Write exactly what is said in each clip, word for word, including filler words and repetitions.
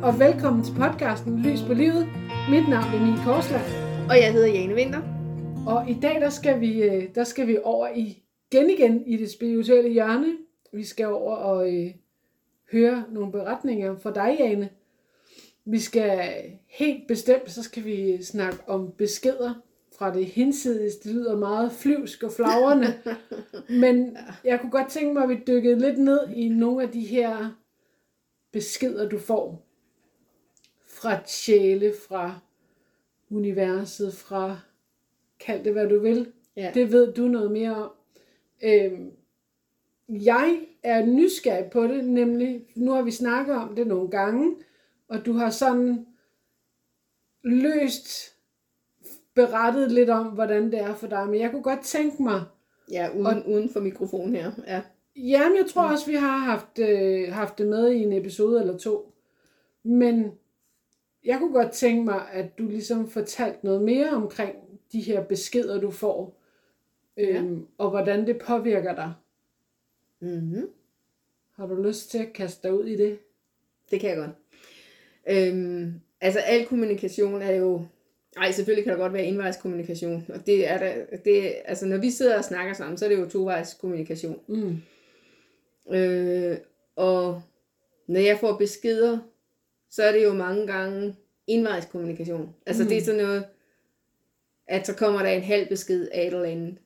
og velkommen til podcasten Lys på livet. Mit navn er Mie Korsland. Og jeg hedder Jane Vinter. Og i dag der skal vi, der skal vi over igen igen i det spirituelle hjørne. Vi skal over og øh, høre nogle beretninger fra dig, Jane. Vi skal helt bestemt, så skal vi snakke om beskeder fra det hinsides. Det lyder meget flyvsk og flagrende. Men jeg kunne godt tænke mig, at vi dykkede lidt ned i nogle af de her beskeder, du får fra sjæle, fra universet, fra kald det hvad du vil. Ja. Det ved du noget mere om. Øhm, jeg er nysgerrig på det, nemlig nu har vi snakket om det nogle gange, og du har sådan løst berettet lidt om, hvordan det er for dig, men jeg kunne godt tænke mig. Ja, uden, og, uden for mikrofonen her. Ja. Jamen, jeg tror også, vi har haft, øh, haft det med i en episode eller to. Men jeg kunne godt tænke mig, at du ligesom fortalte noget mere omkring de her beskeder, du får. Øh, ja. Og hvordan det påvirker dig. Mm-hmm. Har du lyst til at kaste dig ud i det? Det kan jeg godt. Øhm, altså, al kommunikation er jo... Ej, selvfølgelig kan der godt være envejskommunikation. Og det er der, det, altså, når vi sidder og snakker sammen, så er det jo tovejskommunikation. Mm. Øh, og når jeg får beskeder, så er det jo mange gange envejskommunikation. Altså mm. det er sådan noget, at så kommer der en halv besked af et eller andet.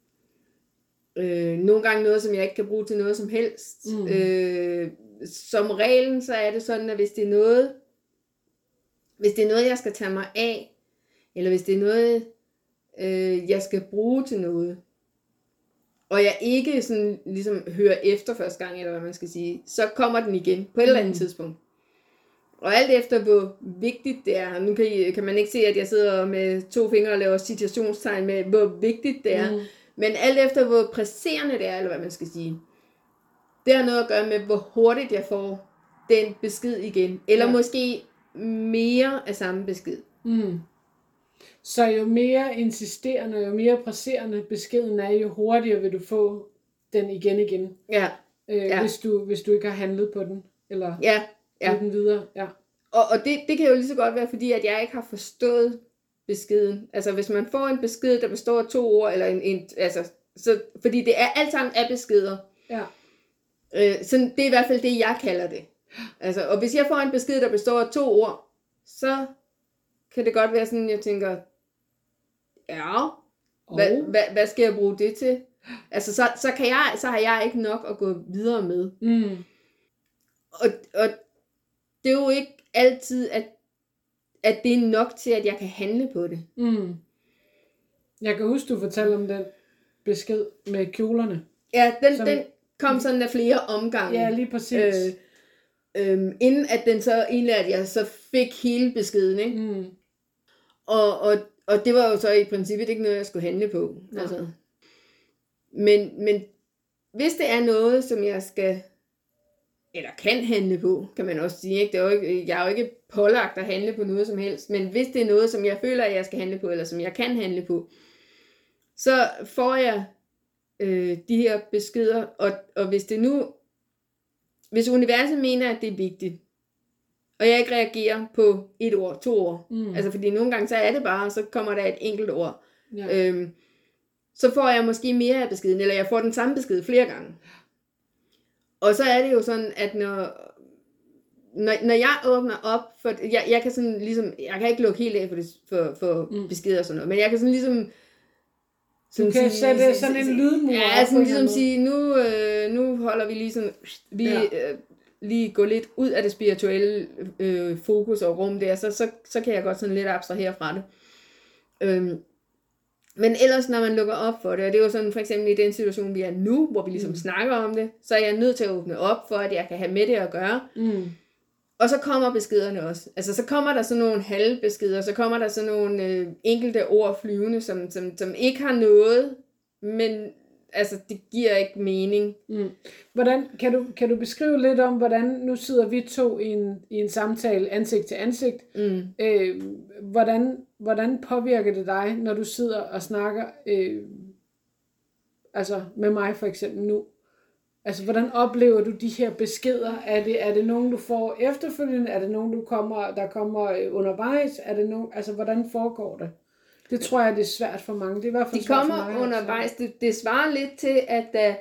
Øh, nogle gange noget, som jeg ikke kan bruge til noget som helst. Mm. Øh, som reglen, så er det sådan, at hvis det er noget, hvis det er noget, jeg skal tage mig af, eller hvis det er noget, øh, jeg skal bruge til noget, og jeg ikke sådan ligesom hører efter første gang, eller hvad man skal sige, så kommer den igen på et eller andet mm. tidspunkt. Og alt efter, hvor vigtigt det er, nu kan, I, kan man ikke se, at jeg sidder med to fingre og laver citationstegn med, hvor vigtigt det er, mm. men alt efter, hvor presserende det er, eller hvad man skal sige, det har noget at gøre med, hvor hurtigt jeg får den besked igen, eller ja. Måske mere af samme besked. Mm. Så jo mere insisterende, jo mere presserende beskeden er, jo hurtigere vil du få den igen igen. Ja. Øh, ja. Hvis, du, hvis du ikke har handlet på den, eller ja. Ja. den videre. Ja. Og, og det, det kan jo lige så godt være, fordi at jeg ikke har forstået beskeden. Altså hvis man får en besked, der består af to ord, eller en, en altså, så, fordi det er alt sammen af beskeder. Ja. Øh, så det er i hvert fald det, jeg kalder det. Altså, og hvis jeg får en besked, der består af to ord, så kan det godt være sådan, jeg tænker, ja, hvad, hvad, hvad skal jeg bruge det til? Altså, så, så, kan jeg, så har jeg ikke nok at gå videre med. Mm. Og, og det er jo ikke altid, at, at det er nok til, at jeg kan handle på det. Mm. Jeg kan huske, du fortalte om den besked med kjolerne. Ja, den, som... den kom sådan af flere omgange. Ja, lige præcis. Øh, øh, inden at den så egentlig, at jeg så fik hele beskeden, ikke? Mm. Og, og, og det var jo så i princippet ikke noget, jeg skulle handle på. Ja. Altså. Men, men hvis det er noget, som jeg skal, eller kan handle på, kan man også sige, ikke? Det er jo ikke, jeg er jo ikke pålagt at handle på noget som helst, men hvis det er noget, som jeg føler, at jeg skal handle på, eller som jeg kan handle på, så får jeg øh, de her beskeder, og, og hvis det nu, hvis universet mener, at det er vigtigt, og jeg ikke reagerer på et ord, to ord, mm. altså fordi nogle gange så er det bare, så kommer der et enkelt ord, ja. øhm, så får jeg måske mere af beskeden, eller jeg får den samme besked flere gange. Og så er det jo sådan, at når, når, når jeg åbner op, for jeg, jeg kan sådan ligesom, jeg kan ikke lukke helt af for, det, for, for mm. beskeder og sådan noget, men jeg kan sådan ligesom, sådan du kan sige, sætte sådan en lydmur. Ja, sådan ligesom sige, nu, øh, nu holder vi lige sådan, vi ja. øh, lige gå lidt ud af det spirituelle øh, fokus og rum der, så, så, så kan jeg godt sådan lidt abstrahere fra det. Øhm, men ellers, når man lukker op for det, og det er jo sådan for eksempel i den situation, vi er nu, hvor vi ligesom mm. snakker om det, så er jeg nødt til at åbne op for, at jeg kan have med det at gøre. Mm. Og så kommer beskederne også. Altså, så kommer der sådan nogle halvbeskeder, så kommer der sådan nogle øh, enkelte ord flyvende, som, som, som ikke har noget, men altså, det giver ikke mening. Mm. Hvordan, kan, du, kan du beskrive lidt om, hvordan, nu sidder vi to i en, i en samtale ansigt til ansigt, mm. øh, hvordan, hvordan påvirker det dig, når du sidder og snakker øh, altså med mig for eksempel nu? Altså, hvordan oplever du de her beskeder? Er det, er det nogen, du får efterfølgende? Er det nogen, du kommer, der kommer undervejs? Er det nogen, altså, hvordan foregår det? Det tror jeg, det er svært for mange. Det er i hvert fald de svært kommer for mig, undervejs. Det, det svarer lidt til, at uh,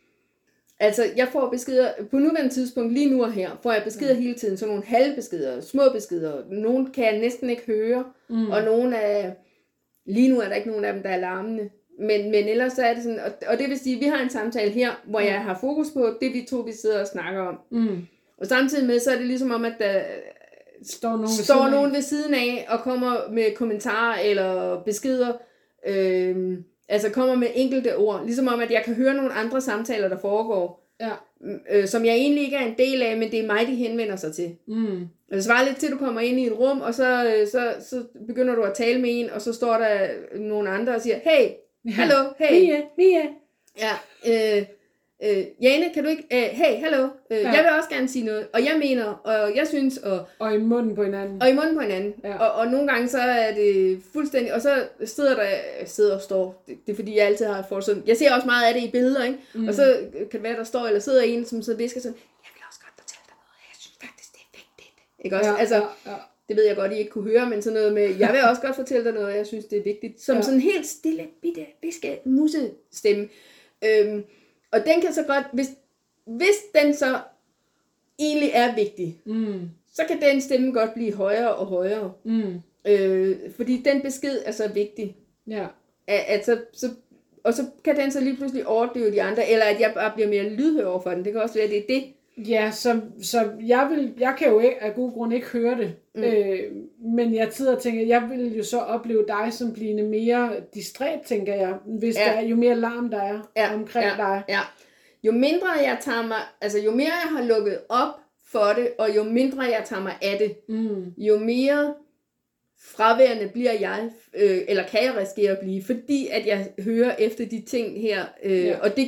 altså, jeg får beskeder, på nuværende tidspunkt, lige nu og her, får jeg beskeder ja. hele tiden, sådan nogle halve beskeder, små beskeder. Nogle kan jeg næsten ikke høre, mm. og nogle er, lige nu er der ikke nogen af dem, der er larmende. Men, men ellers så er det sådan, og, og det vil sige, at vi har en samtale her, hvor mm. jeg har fokus på det, vi to vi sidder og snakker om. Mm. Og samtidig med, så er det ligesom om, at der står nogen, ved, står siden nogen ved siden af, og kommer med kommentarer eller beskeder, øh, altså kommer med enkelte ord. Ligesom om, at jeg kan høre nogle andre samtaler, der foregår, ja. øh, som jeg egentlig ikke er en del af, men det er mig, de henvender sig til. Mm. Og det svarer lidt til, at du kommer ind i et rum, og så, så, så begynder du at tale med en, og så står der nogle andre og siger, hey, hallo, hey. Mia, Mia. Ja, øh, øh, Jane, kan du ikke, øh, hey, hallo, øh, ja. Jeg vil også gerne sige noget, og jeg mener, og jeg synes, og... Og i munden på hinanden. Og i munden på hinanden. Ja. Og, og nogle gange så er det fuldstændig, og så sidder der, sidder og står, det, det er fordi jeg altid har fået sådan, jeg ser også meget af det i billeder, ikke? Mm. Og så kan det være, der står, eller sidder en, som så visker sådan, jeg vil også godt fortælle dig noget, jeg synes faktisk, det er vigtigt. Ikke også? Ja, altså, ja, ja. Det ved jeg godt, I ikke kunne høre, men sådan noget med, jeg vil også godt fortælle dig noget, jeg synes, det er vigtigt. Som ja. Sådan en helt stille, bitte, viske, musestemme. Øhm, og den kan så godt, hvis, hvis den så egentlig er vigtig, mm. så kan den stemme godt blive højere og højere. Mm. Øh, fordi den besked er så vigtig. Ja. At, at så, så, og så kan den så lige pludselig overdøve de andre, eller at jeg bare bliver mere lydhør over for den. Det kan også være, at det er det. Ja, så, så jeg, vil, jeg kan jo ikke, af god grund ikke høre det. Mm. Øh, men jeg sidder og tænker, jeg vil jo så opleve dig som blivende mere distræt, tænker jeg, hvis ja. Der er, jo mere larm der er ja. Omkring ja. dig. Ja. Jo mindre jeg tager mig, altså jo mere jeg har lukket op for det, og jo mindre jeg tager mig af det, mm. jo mere fraværende bliver jeg, øh, eller kan jeg risikere at blive, fordi at jeg hører efter de ting her, øh, ja. Og det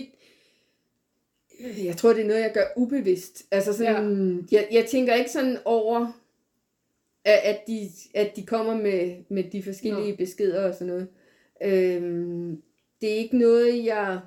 jeg tror, det er noget, jeg gør ubevidst. Altså sådan, ja. jeg, jeg tænker ikke sådan over, at, at, de, at de kommer med, med de forskellige no. beskeder og sådan noget. Øhm, det er ikke noget, jeg...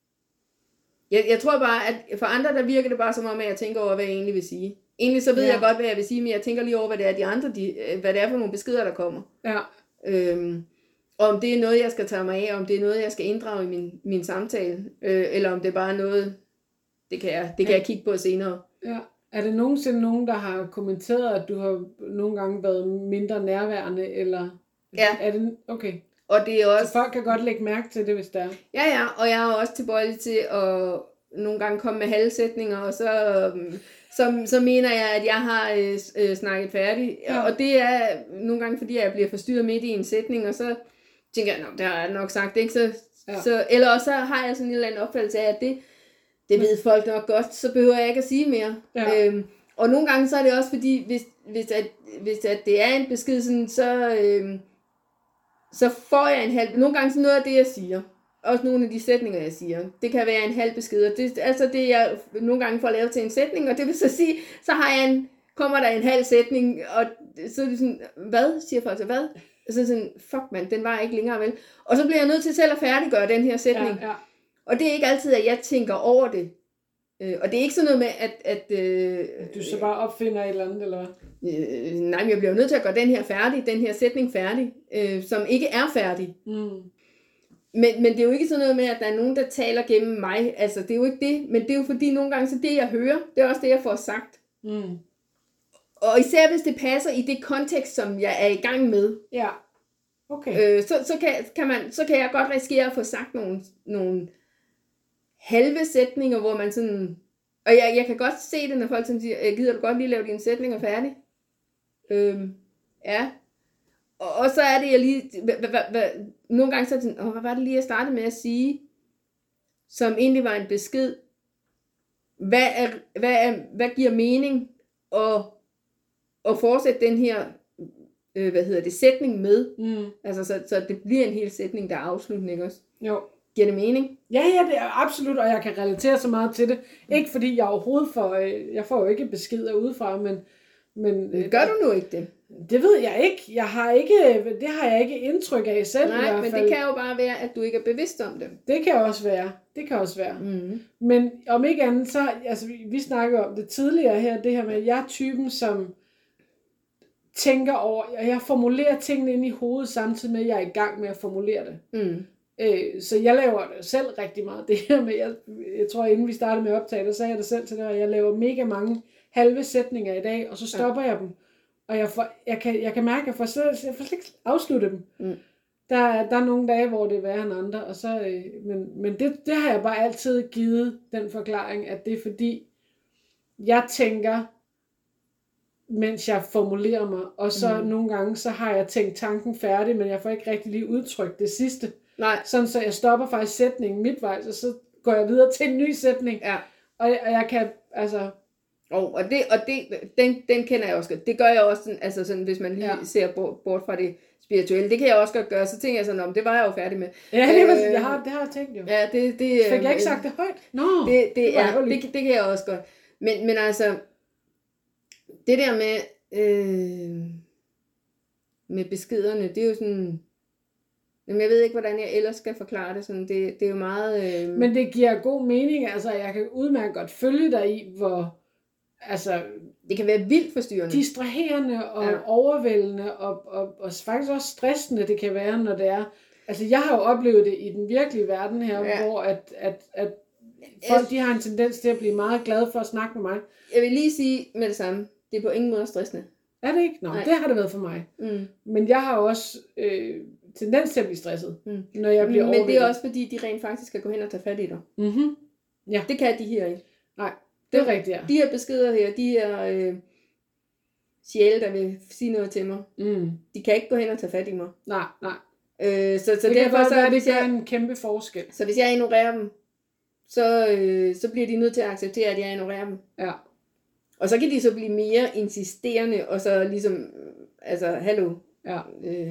jeg... Jeg tror bare, at for andre, der virker det bare som om, at jeg tænker over, hvad jeg egentlig vil sige. Egentlig så ved ja. Jeg godt, hvad jeg vil sige, men jeg tænker lige over, hvad det er, de andre, de, hvad det er for nogle beskeder, der kommer. Ja. Øhm, og om det er noget, jeg skal tage mig af, om det er noget, jeg skal inddrage i min, min samtale, øh, eller om det er bare noget... Det kan jeg, det kan ja. Jeg kigge på senere. Ja. Er det nogensinde nogen, der har kommenteret, at du har nogle gange været mindre nærværende, eller ja. Er det okay? Og det er også så folk kan godt lægge mærke til det, hvis der er. Ja, ja, og jeg er også tilbøjelig til at nogle gange komme med halvsætninger, og så, så, så mener jeg, at jeg har øh, snakket færdigt. Ja. Og det er nogle gange, fordi jeg bliver forstyrret midt i en sætning, og så tænker jeg, det har jeg nok sagt, ikke? Så, ja. så, eller også så har jeg sådan en eller anden opfattelse af, at det Det ved folk nok godt, så behøver jeg ikke at sige mere. Ja. Øhm, og nogle gange så er det også fordi, hvis, hvis, at, hvis at det er en besked, sådan, så, øhm, så får jeg en halv... Nogle gange så noget af det, jeg siger, også nogle af de sætninger, jeg siger, det kan være en halv besked. Og det, altså det, jeg nogle gange får lavet til en sætning, og det vil så sige, så har jeg en, kommer der en halv sætning, og så er det sådan, hvad, siger folk så, hvad? Og så er det sådan, fuck mand, den var ikke længere vel. Og så bliver jeg nødt til selv at færdiggøre den her sætning. Ja, ja. Og det er ikke altid, at jeg tænker over det. Øh, og det er ikke sådan noget med, at... at øh, du så bare opfinder et eller andet, eller hvad? Øh, nej, men jeg bliver nødt til at gøre den her færdig, den her sætning færdig, øh, som ikke er færdig. Mm. Men, men det er jo ikke sådan noget med, at der er nogen, der taler gennem mig. Altså, det er jo ikke det. Men det er jo fordi, nogle gange, så det jeg hører, det er også det, jeg får sagt. Mm. Og især hvis det passer i det kontekst, som jeg er i gang med. Ja. Okay. Øh, så, så, kan, kan man, så kan jeg godt risikere at få sagt nogle... nogle halve sætninger, hvor man sådan... Og jeg, jeg kan godt se det, når folk sådan siger, gider du godt lige lave dine sætninger færdig? Øhm, ja. Og, og så er det, jeg lige... Hva, hva, hva, nogle gange så er det sådan, åh, hvad var det lige, jeg startede med at sige, som egentlig var en besked. Hvad, er, hvad, er, hvad giver mening at, at fortsætte den her, øh, hvad hedder det, sætning med? Mm. Altså, så, så det bliver en hel sætning, der er afslutning, ikke også? Jo. Giver det mening? Ja, ja, det er absolut, og jeg kan relatere så meget til det. Ikke fordi jeg overhovedet får, jeg får jo ikke beskeder udefra, men, Men, øh, Gør du nu ikke det? Det ved jeg ikke. Jeg har ikke. Det har jeg ikke indtryk af selv. Nej, i hvert men fald. det kan jo bare være, at du ikke er bevidst om det. Det kan også være. Det kan også være. Mm. Men om ikke andet, så, altså vi, vi snakkede om det tidligere her, det her med, at jeg er typen, som tænker over, og jeg formulerer tingene ind i hovedet, samtidig med, at jeg er i gang med at formulere det. Mm. Øh, så jeg laver det selv rigtig meget. Det her med, jeg, jeg tror, inden vi startede med optaget, der sagde jeg det selv til dig, at jeg laver mega mange halve sætninger i dag, og så stopper ja. jeg dem. Og jeg, får, jeg, kan, jeg kan mærke, at jeg får slet, jeg får slet ikke afsluttet dem. Mm. Der, der er nogle dage, hvor det er værre end andre, og så, øh, men, men det, det har jeg bare altid givet den forklaring, at det er fordi, jeg tænker, mens jeg formulerer mig, og så mm. nogle gange, så har jeg tænkt tanken færdig, men jeg får ikke rigtig lige udtrykt det sidste. Nej. Sådan, så jeg stopper faktisk sætningen midtvejs, og så går jeg videre til en ny sætning. Ja. Og, og jeg kan, altså... Oh, og det, og det, den, den kender jeg også godt. Det gør jeg også, sådan, altså sådan, hvis man lige ja. ser bort, bort fra det spirituelle. Det kan jeg også godt gøre. Så tænker jeg sådan, om det var jeg jo færdig med. Ja, det, øh, jeg har, det har jeg tænkt jo. Ja, det, det, Fik jeg ikke sagt det højt? Nå, no, det, det, det, ja, det, det kan jeg også godt. Men, men altså, det der med, øh, med beskederne, det er jo sådan... Jamen, jeg ved ikke, hvordan jeg ellers skal forklare det. Sådan, det, det er jo meget... Øh... Men det giver god mening. Altså, jeg kan udmærket godt følge dig i, hvor... Altså, det kan være vildt forstyrrende. Distraherende og ja. overvældende og, og, og faktisk også stressende det kan være, når det er... Altså, jeg har jo oplevet det i den virkelige verden her, ja. hvor at, at, at folk de har en tendens til at blive meget glade for at snakke med mig. Jeg vil lige sige med det samme. Det er på ingen måde stressende. Er det ikke? Nå, Nej. Det har det været for mig. Mm. Men jeg har også... Øh, tendens til at blive stresset, mm. når jeg bliver overvældet. Men det er også fordi, de rent faktisk skal gå hen og tage fat i dig. Mm-hmm. Ja. Det kan de her ikke. Nej, det er det, rigtigt, ja. De her beskeder her, de her øh, sjæle, der vil sige noget til mig, mm. de kan ikke gå hen og tage fat i mig. Nej, nej. Øh, så, så det derfor, kan godt så, være, det gør en kæmpe forskel. Så hvis jeg ignorerer dem, så, øh, så bliver de nødt til at acceptere, at jeg ignorerer dem. Ja. Og så kan de så blive mere insisterende, og så ligesom, altså, hallo. Ja. Øh,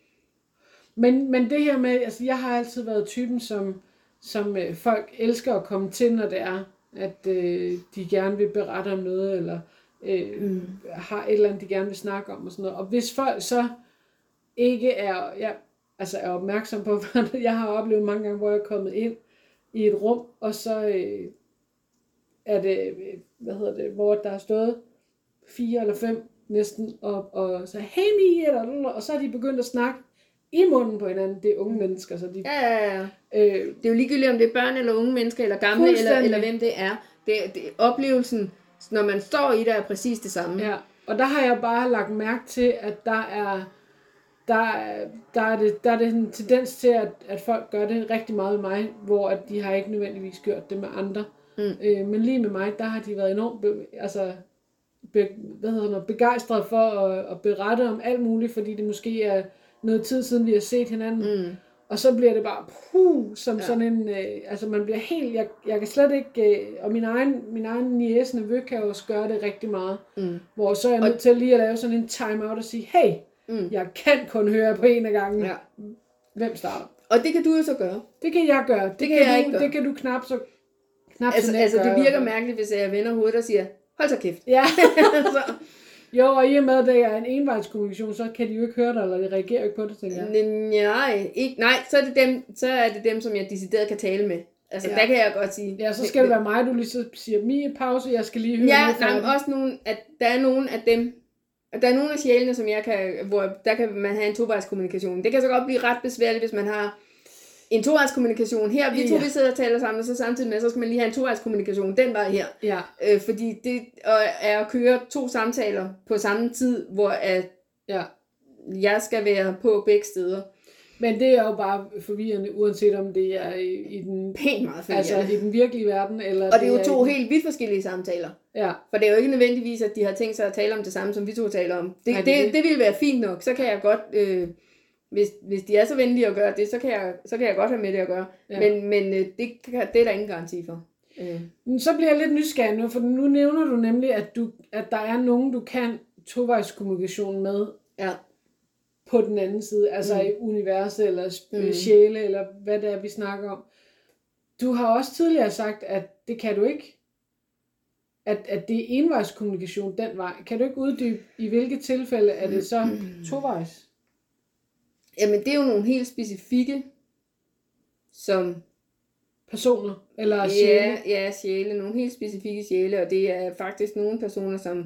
Men, men det her med, altså jeg har altid været typen, som, som øh, folk elsker at komme til, når det er, at øh, de gerne vil berette om noget, eller øh, mm. har et eller andet, de gerne vil snakke om, og sådan noget. Og hvis folk så ikke er, ja, altså er opmærksom på, hvad jeg har oplevet mange gange, hvor jeg er kommet ind i et rum, og så øh, er det, hvad hedder det, hvor der er stået fire eller fem næsten, og, og så hey Mie, eller, og så er de begyndt at snakke i munden på hinanden. Det er unge mennesker, så de... Ja, ja, ja. Øh, det er jo ligegyldigt, om det er børn eller unge mennesker, eller gamle, eller, eller hvem det er. Det, det, oplevelsen, når man står i det, er præcis det samme. Ja, og der har jeg bare lagt mærke til, at der er, der, der er, det, der er det en tendens til, at, at folk gør det rigtig meget med mig, hvor at de har ikke nødvendigvis gjort det med andre. Mm. Øh, men lige med mig, der har de været enormt be, altså, be, hvad hedder det, begejstrede for at, at berette om alt muligt, fordi det måske er noget tid siden, vi har set hinanden. Mm. Og så bliver det bare puh, som ja. sådan en, øh, altså man bliver helt, jeg, jeg kan slet ikke, øh, og min egen, min egen niece nevø kan også gøre det rigtig meget. Mm. Hvor så er jeg nødt til lige at lave sådan en time-out og sige, hey, mm. jeg kan kun høre på en af gangen. Ja. Hvem starter? Og det kan du jo så gøre. Det kan jeg gøre. Det, det kan, kan jeg du, ikke gøre. Det kan du knap så, knap altså, så altså det gøre. virker mærkeligt, hvis jeg vender hovedet og siger, hold så kæft. Ja. så. Jo, og i og med, at det er en envejskommunikation, så kan de jo ikke høre dig, eller de reagerer ikke på det, tænker jeg. Nej, ikke, nej så, er det dem, så er det dem, som jeg decideret kan tale med. Altså, ja. Der kan jeg godt sige. Ja, så skal det være mig, du lige så siger, Mie, pause, jeg skal lige høre ja, noget. Ja, nej, også nogle, at der er nogle af dem, der er nogle af sjælene, som jeg kan, hvor der kan man have en tovejskommunikation. Det kan så godt blive ret besværligt, hvis man har en tovejskommunikation her. Vi to, ja. vi sidder og taler sammen, og så samtidig med, så skal man lige have en tovejskommunikation den vej her. Ja. Øh, fordi det er at køre to samtaler på samme tid, hvor at ja. jeg skal være på begge steder. Men det er jo bare forvirrende, uanset om det er i, i den pænt meget altså i den virkelige verden, eller og det er jo det to er helt vidt forskellige samtaler. Ja. For det er jo ikke nødvendigvis, at de har tænkt sig at tale om det samme, som vi to taler om. Det, Nej, det, det, det ville være fint nok. Så kan jeg godt, øh, hvis, hvis de er så venlige at gøre det, så kan jeg, så kan jeg godt have med det at gøre. Ja. Men, men det, det er der ingen garanti for. Øh. Så bliver jeg lidt nysgerrig nu, for nu nævner du nemlig, at, du, at der er nogen, du kan tovejskommunikation med. Ja. På den anden side, altså mm. i universet, eller mm. sjæle, eller hvad det er, vi snakker om. Du har også tidligere sagt, at det kan du ikke. at, at det er envejskommunikation den vej. Kan du ikke uddybe, i hvilke tilfælde er det så tovejs? Jamen, det er jo nogle helt specifikke, som... Personer, eller sjæle? Ja, ja, sjæle. Nogle helt specifikke sjæle, og det er faktisk nogle personer, som,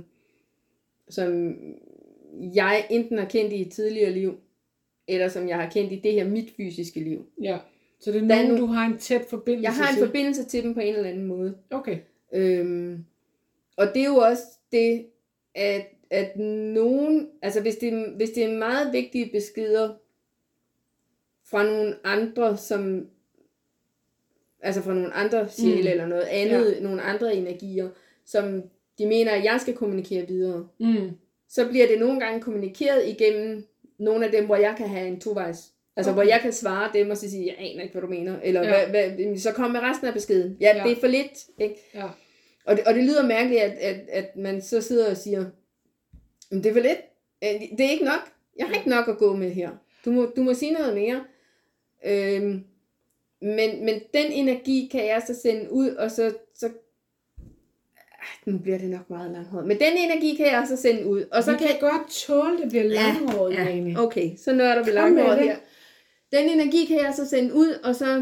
som jeg enten har kendt i et tidligere liv, eller som jeg har kendt i det her mit fysiske liv. Ja, så det er nogen, nogle, du har en tæt forbindelse Jeg har en til. forbindelse til dem på en eller anden måde. Okay. Øhm, og det er jo også det, at, at nogen, altså hvis det, hvis det er meget vigtige beskeder fra nogle andre, som, altså fra nogle andre sjæle mm. eller noget andet, ja. Nogle andre energier, som de mener, at jeg skal kommunikere videre, mm. så bliver det nogle gange kommunikeret igennem nogle af dem, hvor jeg kan have en tovejs. Altså, okay. Hvor jeg kan svare dem og så sige, jeg aner ikke, hvad du mener. Eller, ja. hvad, hvad, så kom med resten af beskeden. Ja, ja. Det er for lidt. Ikke? Ja. Og, det, og det lyder mærkeligt, at, at, at man så sidder og siger, men det er for lidt. Det er ikke nok. Jeg har ikke nok at gå med her. Du må, du må sige noget mere. Øhm, men, men den energi kan jeg så sende ud, og så... så nu bliver det nok meget langhåret. Men den energi kan jeg så sende ud. Og så vi kan, kan godt tåle, det bliver langhåret. Ja, ja. Okay, så nørder vi langhåret her. Den energi kan jeg så sende ud, og så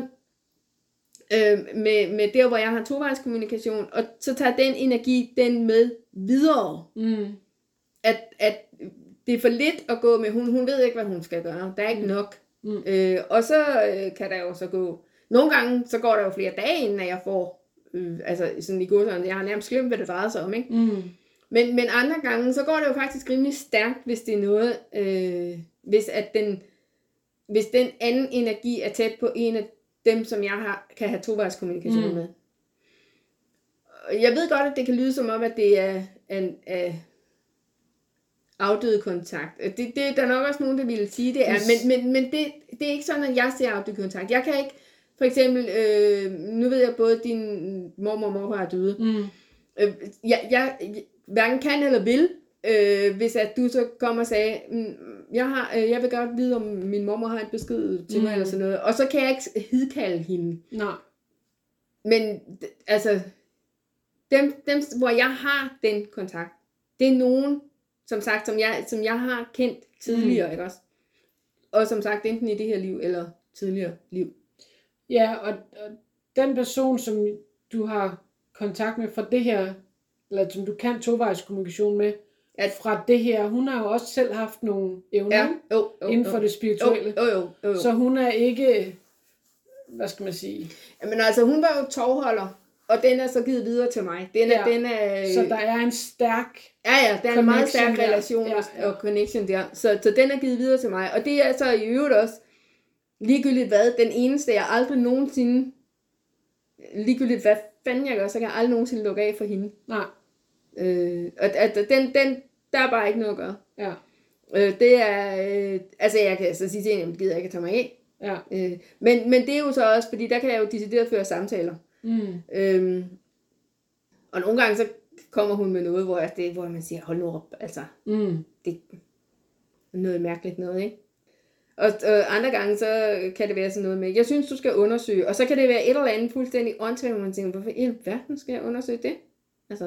øh, med, med der, hvor jeg har tovejskommunikation, og så tager den energi den med videre. Mm. At, at det er for lidt at gå med, hun, hun ved ikke, hvad hun skal gøre. Der er ikke mm. nok. Mm. Øh, og så øh, kan der jo så gå, nogle gange, så går der jo flere dage, inden jeg får, øh, altså sådan i godsøjne, jeg har nærmest glemt, hvad det drejer sig om, ikke? Mm. Men, men andre gange, så går det jo faktisk rimelig stærkt, hvis det er noget, øh, hvis at den, hvis den anden energi er tæt på en af dem, som jeg har, kan have tovejskommunikation mm. med. Jeg ved godt, at det kan lyde som om, at det er en, en afdøde kontakt. Det, det, der er nok også nogen, der ville sige, det er. Men, men, men det, det er ikke sådan, at jeg ser afdøde kontakt. Jeg kan ikke, for eksempel, øh, nu ved jeg, både din mormor og morfar er døde. Mm. Øh, jeg, jeg hverken kan eller vil, øh, hvis at du så kommer og sagde, jeg, har, øh, jeg vil godt vide, om min mormor har en besked til mig, mm. eller sådan noget. Og så kan jeg ikke hidkalde hende. Nej. Men altså, dem, dem, hvor jeg har den kontakt, det er nogen, som sagt, som jeg, som jeg har kendt tidligere, mm. ikke også? Og som sagt, enten i det her liv, eller tidligere liv. Ja, og, og den person, som du har kontakt med fra det her, eller som du kan tovejskommunikation med, at fra det her, hun har jo også selv haft nogle evner ja, jo, jo, inden for jo. det spirituelle. Jo, jo, jo, jo. Så hun er ikke, hvad skal man sige? Jamen altså, hun var jo tovholder, og den er så givet videre til mig. Den er, ja, den er, så der er en stærk Ja, ja, der er en meget stærk relation ja, ja. og connection der. Så, så den er givet videre til mig. Og det er så i øvrigt også, ligegyldigt hvad, den eneste, jeg aldrig nogensinde, ligegyldigt hvad fanden jeg gør, så kan jeg aldrig nogensinde lukke af for hende. Nej. Øh, og at, den, den, der er bare ikke noget at gøre. Ja. Øh, det er, øh, altså jeg kan så sige til hende, jeg gider ikke at tage mig af. Ja. Øh, men, men det er jo så også, fordi der kan jeg jo decideret føre samtaler. Mm. Øh, og nogle gange så kommer hun med noget, hvor, jeg, det, hvor man siger, hold nu op, altså, mm. det er noget mærkeligt noget, ikke? Og, og andre gange, så kan det være sådan noget med, jeg synes, du skal undersøge, og så kan det være et eller andet fuldstændig åndssvagt, hvor man tænker, hvorfor i verden skal jeg undersøge det? Altså,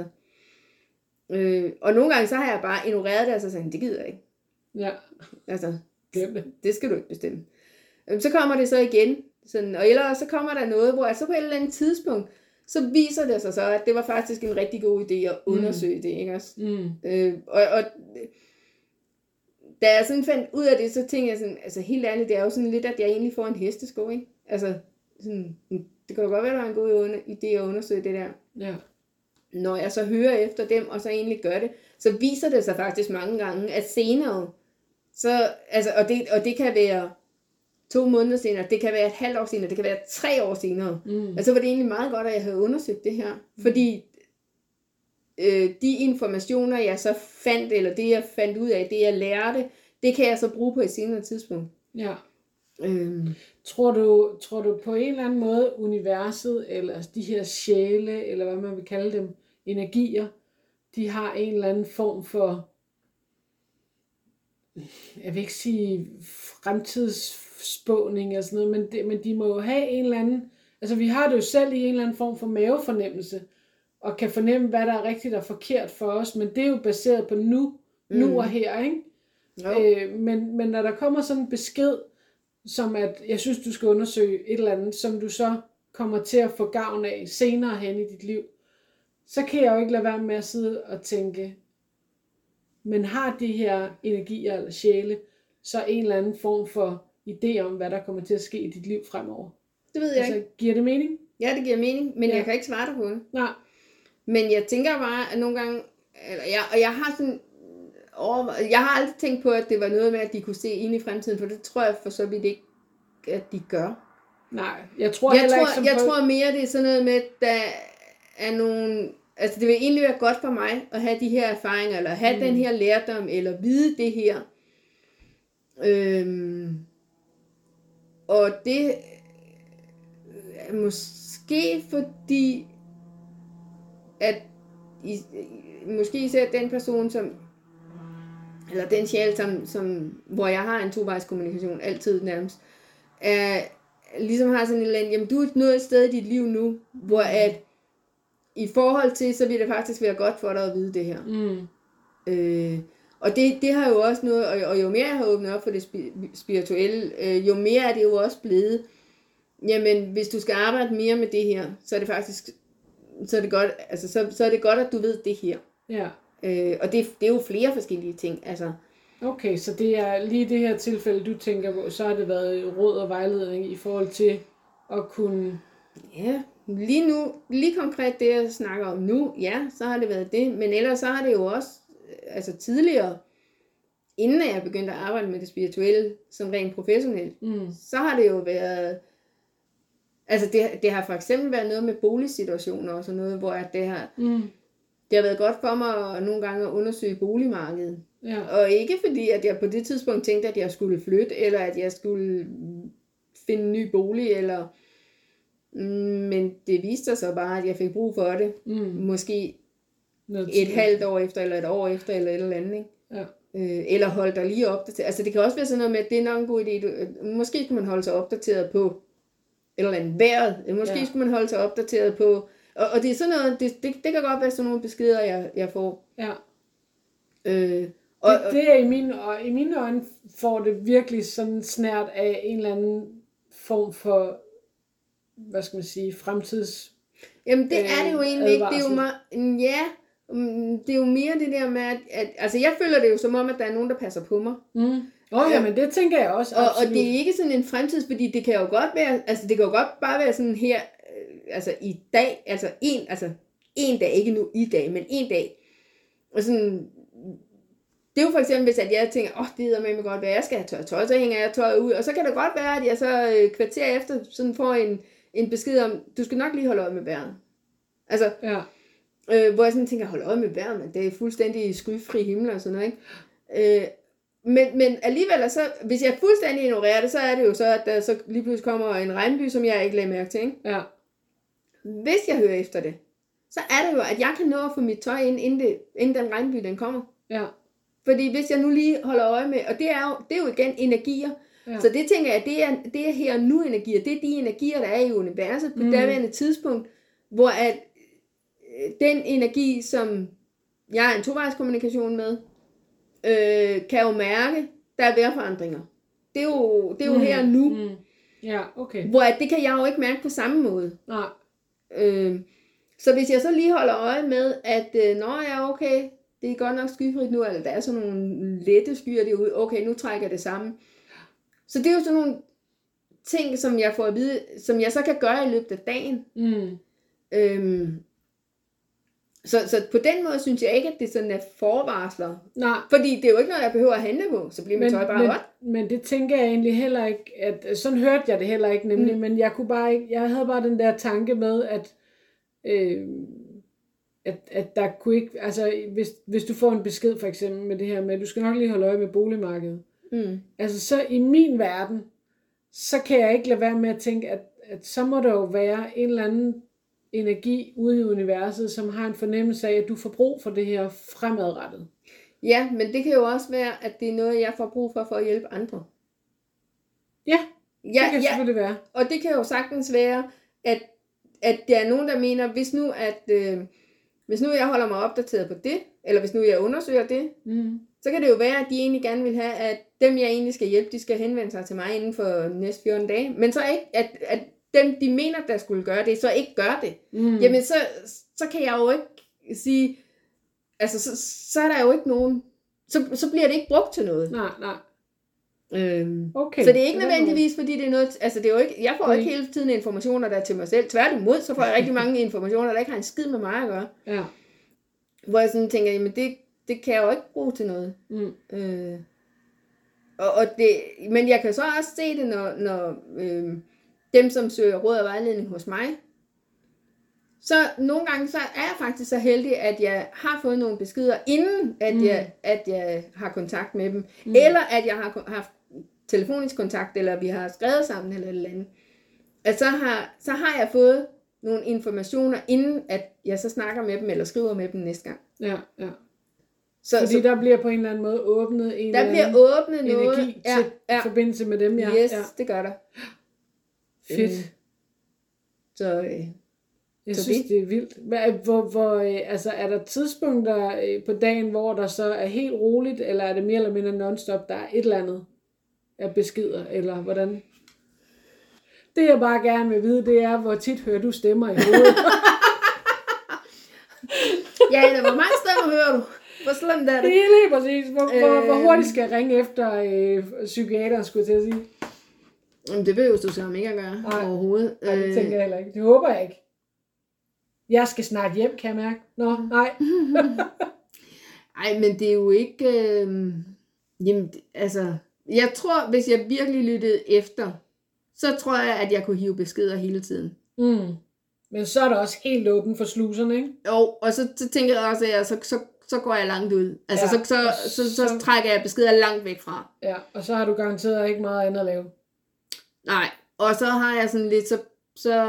øh, og nogle gange, så har jeg bare ignoreret det, og så sagde det gider jeg ikke. Ja. Altså, det. det skal du ikke bestemme. Så kommer det så igen, sådan, og ellers så kommer der noget, hvor altså på et eller andet tidspunkt, så viser det sig så, at det var faktisk en rigtig god idé at undersøge mm. det, ikke også? Mm. Øh, og, og da jeg sådan fandt ud af det, så tænkte jeg sådan, altså helt ærligt, det er jo sådan lidt, at jeg egentlig får en hestesko, ikke? Altså, sådan, det kan jo godt være, at der er en god idé at undersøge det der. Ja. Når jeg så hører efter dem, og så egentlig gør det, så viser det sig faktisk mange gange, at senere, så, altså, og, det, og det kan være to måneder senere, det kan være et halvt år senere, det kan være tre år senere. Mm. Altså var det egentlig meget godt, at jeg havde undersøgt det her. Mm. Fordi øh, de informationer, jeg så fandt, eller det jeg fandt ud af, det jeg lærte, det kan jeg så bruge på et senere tidspunkt. Ja. Øhm. Tror du, tror du på en eller anden måde, universet, eller de her sjæle, eller hvad man vil kalde dem, energier, de har en eller anden form for, jeg vil ikke sige fremtidsspåning og sådan noget, men, det, men de må jo have en eller anden, altså vi har det jo selv i en eller anden form for mavefornemmelse, og kan fornemme, hvad der er rigtigt og forkert for os, men det er jo baseret på nu, mm. nu og her, ikke? Øh, men, men når der kommer sådan en besked, som at, jeg synes, du skal undersøge et eller andet, som du så kommer til at få gavn af senere hen i dit liv, så kan jeg jo ikke lade være med at sidde og tænke, men har de her energier eller sjæle, så en eller anden form for idé om, hvad der kommer til at ske i dit liv fremover? Det ved jeg altså, ikke. Giver det mening? Ja, det giver mening, men ja. jeg kan ikke svare dig på det. Nej. Men jeg tænker bare, at nogle gange, eller jeg, og jeg har sådan, over, jeg har aldrig tænkt på, at det var noget med, at de kunne se ind i fremtiden, for det tror jeg for så vidt ikke, at de gør. Nej, jeg tror jeg heller tror, ikke som Jeg på... tror mere, det er sådan noget med, at der er nogle, altså det vil egentlig være godt for mig, at have de her erfaringer, eller have mm. den her lærdom, eller vide det her. Øhm, og det er måske fordi, at i, måske især den person, som, eller den sjæl, som, som, hvor jeg har en tovejs kommunikation, altid nærmest, er, ligesom har sådan en eller anden, jamen du er nået et sted i dit liv nu, hvor at, i forhold til, så vil det faktisk være godt for dig at vide det her. Mm. Øh, og det, det har jo også noget, og, og jo mere jeg har åbnet op for det spirituelle, øh, jo mere er det jo også blevet, jamen hvis du skal arbejde mere med det her, så er det faktisk, så er det godt, altså så, så er det godt, at du ved det her. Ja. Øh, og det, det er jo flere forskellige ting, altså. Okay, så det er lige det her tilfælde, du tænker på, så har det været råd og vejledning i forhold til at kunne... Ja, lige nu, lige konkret det, jeg snakker om nu, ja, så har det været det, men ellers så har det jo også, altså tidligere, inden jeg begyndte at arbejde med det spirituelle, som rent professionelt, mm. så har det jo været, altså det, det har for eksempel været noget med boligsituationer og sådan noget, hvor det har, mm. det har været godt for mig at nogle gange at undersøge boligmarkedet. Ja. Og ikke fordi, at jeg på det tidspunkt tænkte, at jeg skulle flytte, eller at jeg skulle finde en ny bolig, eller... Men det viste sig så bare, at jeg fik brug for det. Mm. Måske Noget et halvt år efter, eller et år efter, eller et eller andet. Ikke? Ja. Øh, eller holde dig lige opdateret. Altså det kan også være sådan noget med, at det er nok en god idé. Du, måske skulle man holde sig opdateret på et eller andet vejret. Måske ja. skulle man holde sig opdateret på... Og, og det er sådan noget, det, det, det kan godt være sådan nogle beskeder, jeg, jeg får. Ja. Øh, og, det, det er i mine, og i mine øjne får det virkelig sådan snært af en eller anden form for, hvad skal man sige, fremtids... Jamen det er det jo egentlig ikke. Det er jo meget, ja, det er jo mere det der med, at, at altså jeg føler det jo som om, at der er nogen, der passer på mig. Mm. Åh oh, ja, men det tænker jeg også. Og, og det er ikke sådan en fremtids, fordi det kan jo godt være, altså det kan jo godt bare være sådan her, altså i dag, altså en, altså en dag, ikke nu i dag, men en dag. Og sådan, det er jo for eksempel, hvis at jeg tænker, åh, oh, det hedder med mig godt, hvad jeg skal have tøj, tøj, så hænger jeg tøj ud, og så kan det godt være, at jeg så øh, kvarter efter sådan får en, en besked om, du skal nok lige holde øje med vejret. Altså, ja. øh, hvor jeg sådan tænker, hold øje med vejret, men det er fuldstændig skyfri himmel og sådan noget, ikke? Øh, men, men alligevel, så, hvis jeg fuldstændig ignorerer det, så er det jo så, at der så lige pludselig kommer en regnby, som jeg ikke lagde mærke til, ikke? Ja. Hvis jeg hører efter det, så er det jo, at jeg kan nå at få mit tøj ind, inden, det, inden den regnby, den kommer. Ja. Fordi hvis jeg nu lige holder øje med, og det er jo, det er jo igen energier, ja. Så det tænker jeg, det er, det er her og nu energier, det er de energier, der er i universet på mm. daværende tidspunkt, hvor at den energi, som jeg er en tovejskommunikation med, øh, kan jo mærke, der er vejrforandringer. Det er jo, det er jo mm. her og nu. Mm. Ja, okay. Hvor at det kan jeg jo ikke mærke på samme måde. Nej. Øh, så hvis jeg så lige holder øje med, at øh, nå ja, okay, det er godt nok skyfrit nu, eller der er sådan nogle lette skyer derude, okay, nu trækker det sammen. Så det er jo sådan nogle ting, som jeg får at vide, som jeg så kan gøre i løbet af dagen. Mm. Øhm, så, så på den måde synes jeg ikke, at det sådan er forvarsler. Nej. Fordi det er jo ikke noget, jeg behøver at handle på, så bliver mit tøj bare godt. Men det tænker jeg egentlig heller ikke, at sådan hørte jeg det heller ikke nemlig, mm. men jeg kunne bare ikke, jeg havde bare den der tanke med, at øh, At, at der kunne ikke, altså hvis, hvis du får en besked for eksempel med det her med, at du skal nok lige holde øje med boligmarkedet. Mm. Altså så i min verden, så kan jeg ikke lade være med at tænke, at, at så må der jo være en eller anden energi ude i universet, som har en fornemmelse af, at du får brug for det her fremadrettet. Ja, men det kan jo også være, at det er noget, jeg får brug for, for at hjælpe andre. Ja, ja det kan ja. selvfølgelig være. Og det kan jo sagtens være, at, at der er nogen, der mener, hvis nu at... Øh, hvis nu jeg holder mig opdateret på det, eller hvis nu jeg undersøger det, Mm. så kan det jo være, at de egentlig gerne vil have, at dem, jeg egentlig skal hjælpe, de skal henvende sig til mig inden for næste fjorten dage. Men så ikke, at, at dem, de mener, der skulle gøre det, så ikke gør det. Mm. Jamen, så, så kan jeg jo ikke sige, altså, så, så er der jo ikke nogen, så, så bliver det ikke brugt til noget. Nej, nej. Øhm, Okay. så det er ikke det nødvendigvis, fordi det er noget, altså det er jo ikke, jeg får Okay. ikke hele tiden informationer, der er til mig selv. Tværtimod, så får jeg rigtig mange informationer, der ikke har en skid med mig at gøre. Ja. Hvor jeg sådan tænker, jamen det, det kan jeg jo ikke bruge til noget. Mm. Øh, og, og det, men jeg kan så også se det, når, når øh, dem, som søger råd og vejledning hos mig, så nogle gange så er jeg faktisk så heldig, at jeg har fået nogle beskeder, inden at, mm. jeg, at jeg har kontakt med dem. Mm. Eller at jeg har haft telefonisk kontakt, eller vi har skrevet sammen, eller et eller andet. At så har, så har jeg fået nogle informationer, inden at jeg så snakker med dem, eller skriver med dem næste gang. Ja, ja. Så, Fordi så der bliver på en eller anden måde åbnet en der bliver åbnet noget. energi Ja, til ja. forbindelse med dem, ja. Yes, ja. det gør der. Fedt. Øh, så øh, Jeg så synes, det- det er vildt. Hvad, hvor, hvor, øh, altså, er der tidspunkter øh, på dagen, hvor der så er helt roligt, eller er det mere eller mindre non-stop, der er et eller andet af beskeder, eller hvordan? Det jeg bare gerne vil vide, det er, hvor tit hører du stemmer i hovedet. ja, eller hvor mange stemmer hører du? Hvor slemt er Det det? er lige præcis. Hvor, hvor, hvor Øhm. hurtigt skal jeg ringe efter øh, psykiateren, skulle jeg til at sige. Jamen, det behøver du så om ikke at gøre Nej. overhovedet. Nej, det Øh, tænker jeg heller ikke. Det håber jeg ikke. Jeg skal snart hjem, kan jeg mærke. Nå, nej. Ej, men det er jo ikke... Øh, jamen, det- altså... Jeg tror, hvis jeg virkelig lyttede efter, så tror jeg, at jeg kunne hive beskeder hele tiden. Mm. Men så er der også helt åben for sluserne, ikke? Og, og så, så tænker jeg også, at jeg, så, så, så går jeg langt ud. Altså, Ja, så, så, så, så, så så- trækker jeg beskeder langt væk fra. Ja, og så har du garanteret ikke meget andet at lave. Nej, og så har jeg sådan lidt, så, så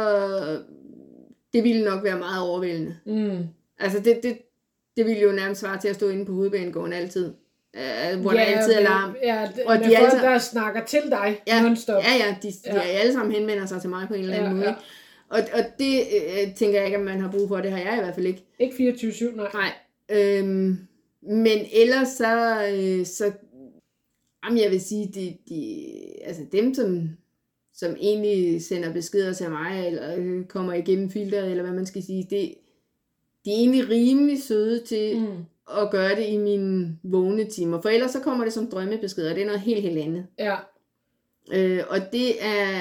det ville nok være meget overvældende. Mm. Altså, det, det, det ville jo nærmest svare til at stå inde på hovedbanegården altid. Øh, hvor ja, der altid er men- alarm. Ja, d- Og med de er folk, altså- der snakker til dig Ja, non-stop. ja, ja, de, de Ja. ja. alle sammen henvender sig til mig på en eller anden Ja, måde. ja. Ikke? Og, og det øh, tænker jeg ikke, at man har brug for. Det har jeg i hvert fald ikke. Ikke fireogtyve syv, nej. Nej. Øhm, men ellers så, øh, så jamen jeg vil sige, de, de, altså dem, som, som egentlig sender beskeder til mig, eller øh, kommer igennem filteret, eller hvad man skal sige, det, de er egentlig rimelig søde til Mm. at gøre det i mine vågne timer. For ellers så kommer det som drømmebeskeder, det er noget helt, helt andet. Ja. Øh, og det er,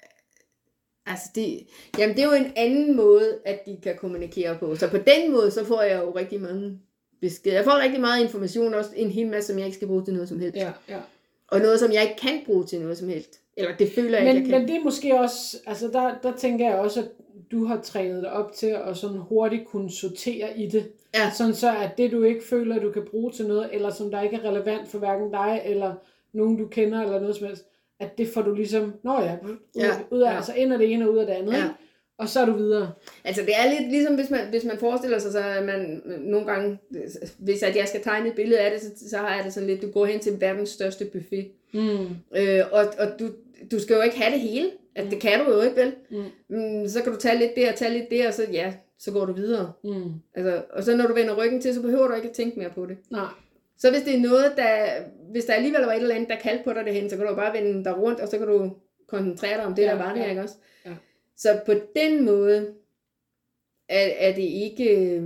altså det, jamen det er jo en anden måde, at de kan kommunikere på. Så på den måde, så får jeg jo rigtig mange beskeder. Jeg får rigtig meget information, også en hel masse, som jeg ikke skal bruge til noget som helst. Ja, ja. Og noget, som jeg ikke kan bruge til noget som helst. Eller det føler jeg Men, ikke, jeg kan. men det er måske også, altså der, der tænker jeg også, at du har trænet dig op til at sådan hurtigt kunne sortere i det. Ja. Sådan så, at det du ikke føler, du kan bruge til noget, eller som der ikke er relevant for hverken dig, eller nogen du kender, eller noget som helst, at det får du ligesom, nå ja, ud, Ja, ud af, ja. altså ind af det ene og ud af det andet, Ja. ikke? Og så er du videre. Altså det er lidt ligesom, hvis man, hvis man forestiller sig, så at man nogle gange, hvis at jeg skal tegne et billede af det, så, så har jeg det sådan lidt, du går hen til verdens største buffet. Mm. Øh, og og du, du skal jo ikke have det hele. Altså, det kan du jo ikke, vel? Mm. Mm, så kan du tage lidt der, tage lidt der, og så ja, så går du videre. Mm. Altså, og så når du vender ryggen til, så behøver du ikke at tænke mere på det. Nej. Så hvis det er noget, der, hvis der alligevel var et eller andet, der kaldte på dig derhen, så kan du bare vende dig rundt, og så kan du koncentrere dig om det, Ja, der var det, ja. ikke også? Ja. Så på den måde er, er det ikke... Øh,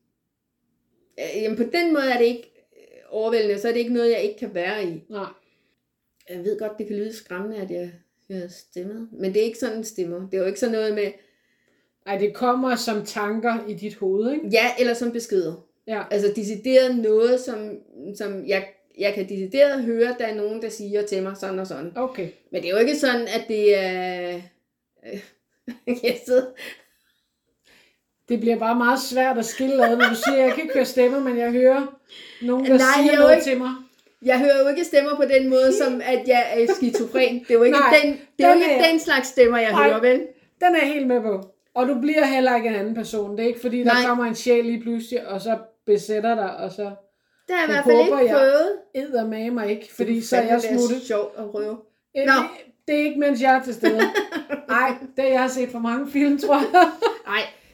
jamen på den måde er det ikke overvældende, så er det ikke noget, jeg ikke kan være i. Nej. Jeg ved godt, det kan lyde skræmmende, at jeg hører stemmer, men det er ikke sådan stemmer. Det er jo ikke sådan noget med, Ej, det kommer som tanker i dit hoved, ikke? ja, eller som beskeder. Ja. Altså decideret noget, som, som jeg, jeg kan decideret høre, der er nogen, der siger til mig sådan og sådan. Okay. Men det er jo ikke sådan, at det er... Øh, jeg sidder... Det bliver bare meget svært at skille ad, når du siger, jeg kan ikke høre stemmer, men jeg hører nogen, der Nej, siger jeg er jo noget ikke- til mig. Jeg hører jo ikke stemmer på den måde, som at jeg er skizofren. Det er jo ikke, Nej, den, det er jo den ikke er- den slags stemmer, jeg Nej. hører, vel? Den er jeg helt med på. Og du bliver heller ikke en anden person. Det er ikke fordi, der Nej. kommer en sjæl lige pludselig, og så besætter dig, og så Det har jeg i Det hvert fald håber ikke jeg. prøvet. eddermame mig ikke, fordi Det så er kunne jeg fandme være smuttet. sjovt at prøve. Øh, Nå. Det, det er ikke, mens jeg er til stede. Nej, det har jeg set for mange film, tror jeg. Nej,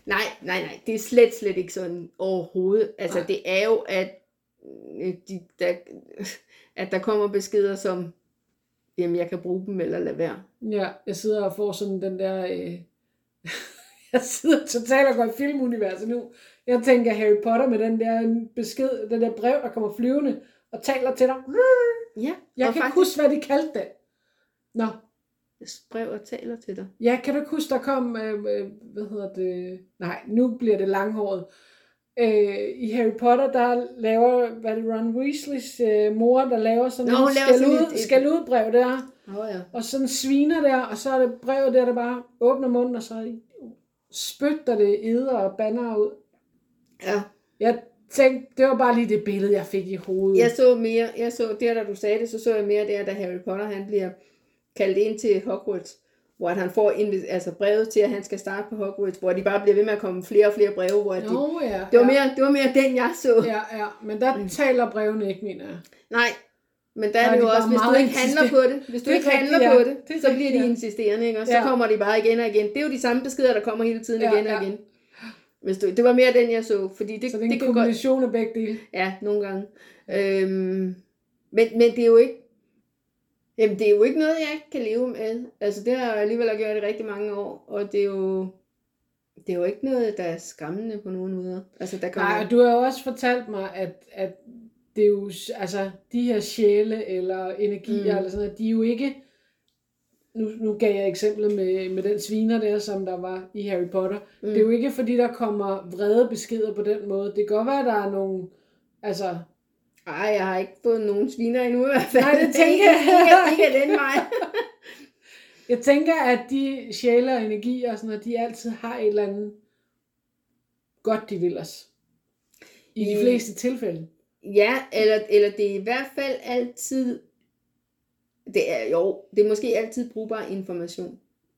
Nej, nej, nej. Det er slet, slet ikke sådan overhovedet. Altså, nej. Det er jo, at, de, der, at der kommer beskeder som, jamen, jeg kan bruge dem eller lade være. Ja, jeg sidder og får sådan den der... Øh... jeg sidder totalt og går i filmuniverset nu. Jeg tænker Harry Potter med den der besked, den der brev, der kommer flyvende og taler til dig. Ja, jeg kan faktisk... ikke huske, hvad de kaldte det. Nå. Brev og taler til dig. Ja, kan du ikke huske, der kom, øh, øh, hvad hedder det, nej, nu bliver det langhåret. Øh, I Harry Potter, der laver, hvad er det, Ron Weasleys øh, mor, der laver sådan Nå, en skal ud, et... skal ud brev der. Oh, ja. Og sådan sviner der, og så er det brevet der, der bare åbner munden, og så spytter det eder og banner ud. Ja. Jeg tænkte, det var bare lige det billede, jeg fik i hovedet. Jeg så mere, jeg så der, da du sagde det, så så jeg mere der, da Harry Potter, han bliver kaldt ind til Hogwarts, hvor han får inv- altså brevet til, at han skal starte på Hogwarts, hvor de bare bliver ved med at komme flere og flere breve, hvor de, Nå, ja, det, var ja. mere, det var mere den, jeg så. Ja, ja, men der mm. taler brevene ikke, mener jeg. Nej, men der er det jo også, hvis du ikke handler på det, hvis du ikke handler rigtigt, på det, det så bliver de ja. insisterende, ikke? Og så ja. kommer de bare igen og igen. Det er jo de samme beskeder, der kommer hele tiden ja, igen og ja. igen. Hvis du, det var mere den, jeg så, fordi det, så det er en det kombination godt... af begge dele. Ja, nogle gange. Øhm, men, men det er jo ikke, jamen det er jo ikke noget, jeg ikke kan leve med. Altså det har jeg alligevel gjort i rigtig mange år, og det er jo, det er jo ikke noget, der er skræmmende på nogen måder. Altså der kommer... Nej, og du har jo også fortalt mig, at, at det er jo, altså de her sjæle eller energier, mm. eller sådan noget, de er jo ikke, nu, nu gav jeg eksemplet med, med den sviner der, som der var i Harry Potter. Mm. Det er jo ikke fordi, der kommer vrede beskeder på den måde. Det kan godt være, at der er nogle, altså... Ej, jeg har ikke fået nogen sviner endnu i hvert fald. Nej, det tænker jeg. Ikke, ikke den vej. Jeg tænker, at de sjæle og energier og sådan noget, de altid har et eller andet godt, de vil os. I de fleste tilfælde. Ja, eller, eller det er i hvert fald altid, det er jo, det er måske altid brugbar information.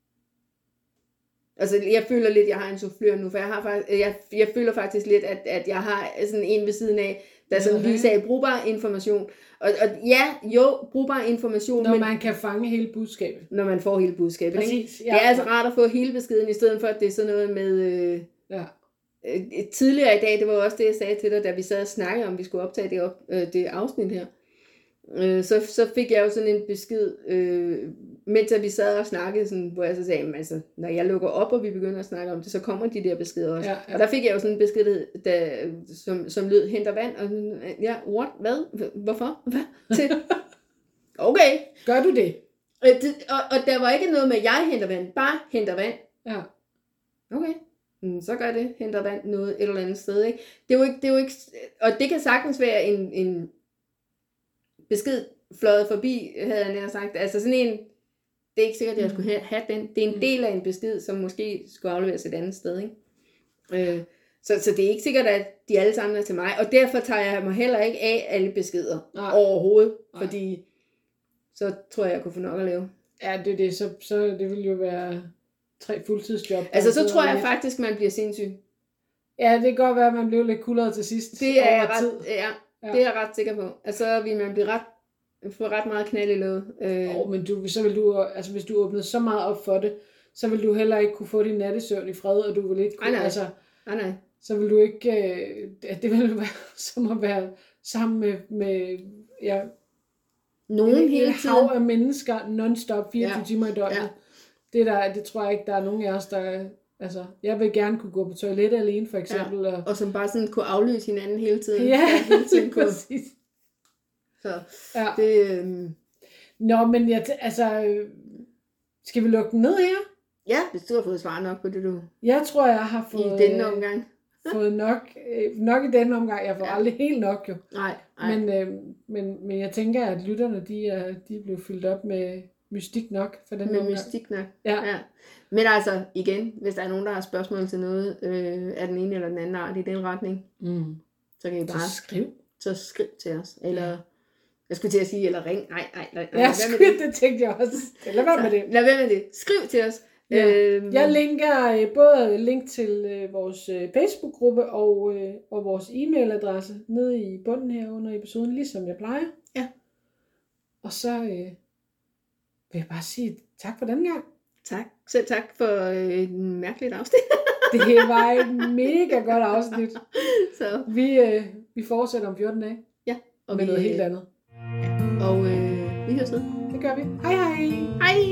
Altså, jeg føler lidt, jeg har en soufflør nu, for jeg har faktisk, jeg, jeg føler faktisk lidt, at, at jeg har sådan en ved siden af, der sådan lige sagde brugbar information. Og, og ja, jo, brugbar information. Når men, man kan fange hele budskabet. Når man får hele budskabet. Præcis, ja. Det er altså rart at få hele beskeden, i stedet for, at det er sådan noget med... Øh, ja. øh, tidligere i dag, det var også det, jeg sagde til dig, da vi sad og snakkede om, vi skulle optage det, op, øh, det afsnit her. Øh, så, så fik jeg jo sådan en besked, øh, mens vi sad og snakkede, sådan, hvor jeg så sagde, altså, når jeg lukker op, og vi begynder at snakke om det, så kommer de der beskeder også. Ja, ja. Og der fik jeg jo sådan en besked, der, som, som lød, henter vand, og ja, what, hvad, hvorfor, hvad, til, okay. Gør du det? Og, og, og der var ikke noget med, at jeg henter vand, bare henter vand. Ja. Okay. Så gør det, henter vand noget et eller andet sted, ikke? Det er jo ikke, det er jo ikke, og det kan sagtens være en, en besked fløjet forbi, havde jeg nær sagt. Altså sådan en, det er ikke sikkert, at jeg skulle have, have den. Det er en del af en besked, som måske skulle afleveres et andet sted, ikke? Øh, så, så det er ikke sikkert, at de alle sammen er til mig, og derfor tager jeg mig heller ikke af alle beskeder. Nej. Overhovedet, Nej. Fordi så tror jeg, jeg kunne få nok at lave. Ja, det er det, så, så det vil jo være tre fuldtidsjob. Altså så tror jeg faktisk, man bliver sindssyg. Ja, det kan godt være, at man bliver lidt kuldere til sidst. Det er jeg ret, ja, ja. Det er jeg ret sikker på. Altså vil man blive ret, få ret meget knald i låget. Øh. Oh, men du, så vil du, altså hvis du åbnede så meget op for det, så vil du heller ikke kunne få din nattesøvn i fred, og du vil ikke kunne, nej, nej. altså, nej, nej. så vil du ikke, øh, det vil være som at være sammen med, med ja, nogen hele tiden. Hav af mennesker non-stop fireogtyve ja. timer i døgnet. Ja. Det, der, det tror jeg ikke, der er nogen af os, der... Altså, jeg vil gerne kunne gå på toilettet alene, for eksempel. Ja. Og, og som bare sådan kunne aflyse hinanden hele tiden. Ja, hele tiden kunne. Præcis. Så ja. det... Øhm... Nå, men jeg, altså... Skal vi lukke den ned her? Ja, hvis du har fået svar nok på det, du... Jeg tror, jeg har fået... I denne omgang. fået nok, nok i denne omgang. Jeg får ja. aldrig helt nok, jo. Nej, nej. Men, øh, men, men jeg tænker, at lytterne, de er, de er blevet fyldt op med... mystik nok for den med omgang. mystik nok. Ja. ja. Men altså, igen, hvis der er nogen, der har spørgsmål til noget øh, af den ene eller den anden art i den retning, mm. så kan I bare så skriv. Så skriv til os. Eller, ja. jeg skulle til at sige, eller ring. Nej, nej, nej. Ja, skriv, det. det tænkte jeg også. Lad være med det. Lad være med det. Skriv til os. Ja. Øhm. Jeg linker både link til øh, vores øh, Facebook-gruppe og, øh, og vores e-mailadresse nede i bunden her under episoden, ligesom jeg plejer. Ja. Og så... Øh, vil jeg bare sige tak for den gang. Tak. Selv tak for øh, et mærkeligt afsnit. Det var et mega godt afsnit. Så. Vi, øh, vi fortsætter om fjorten dage. Ja. Og med noget helt andet. Og øh, vi høres ved. Det gør vi. Hej hej. Hej.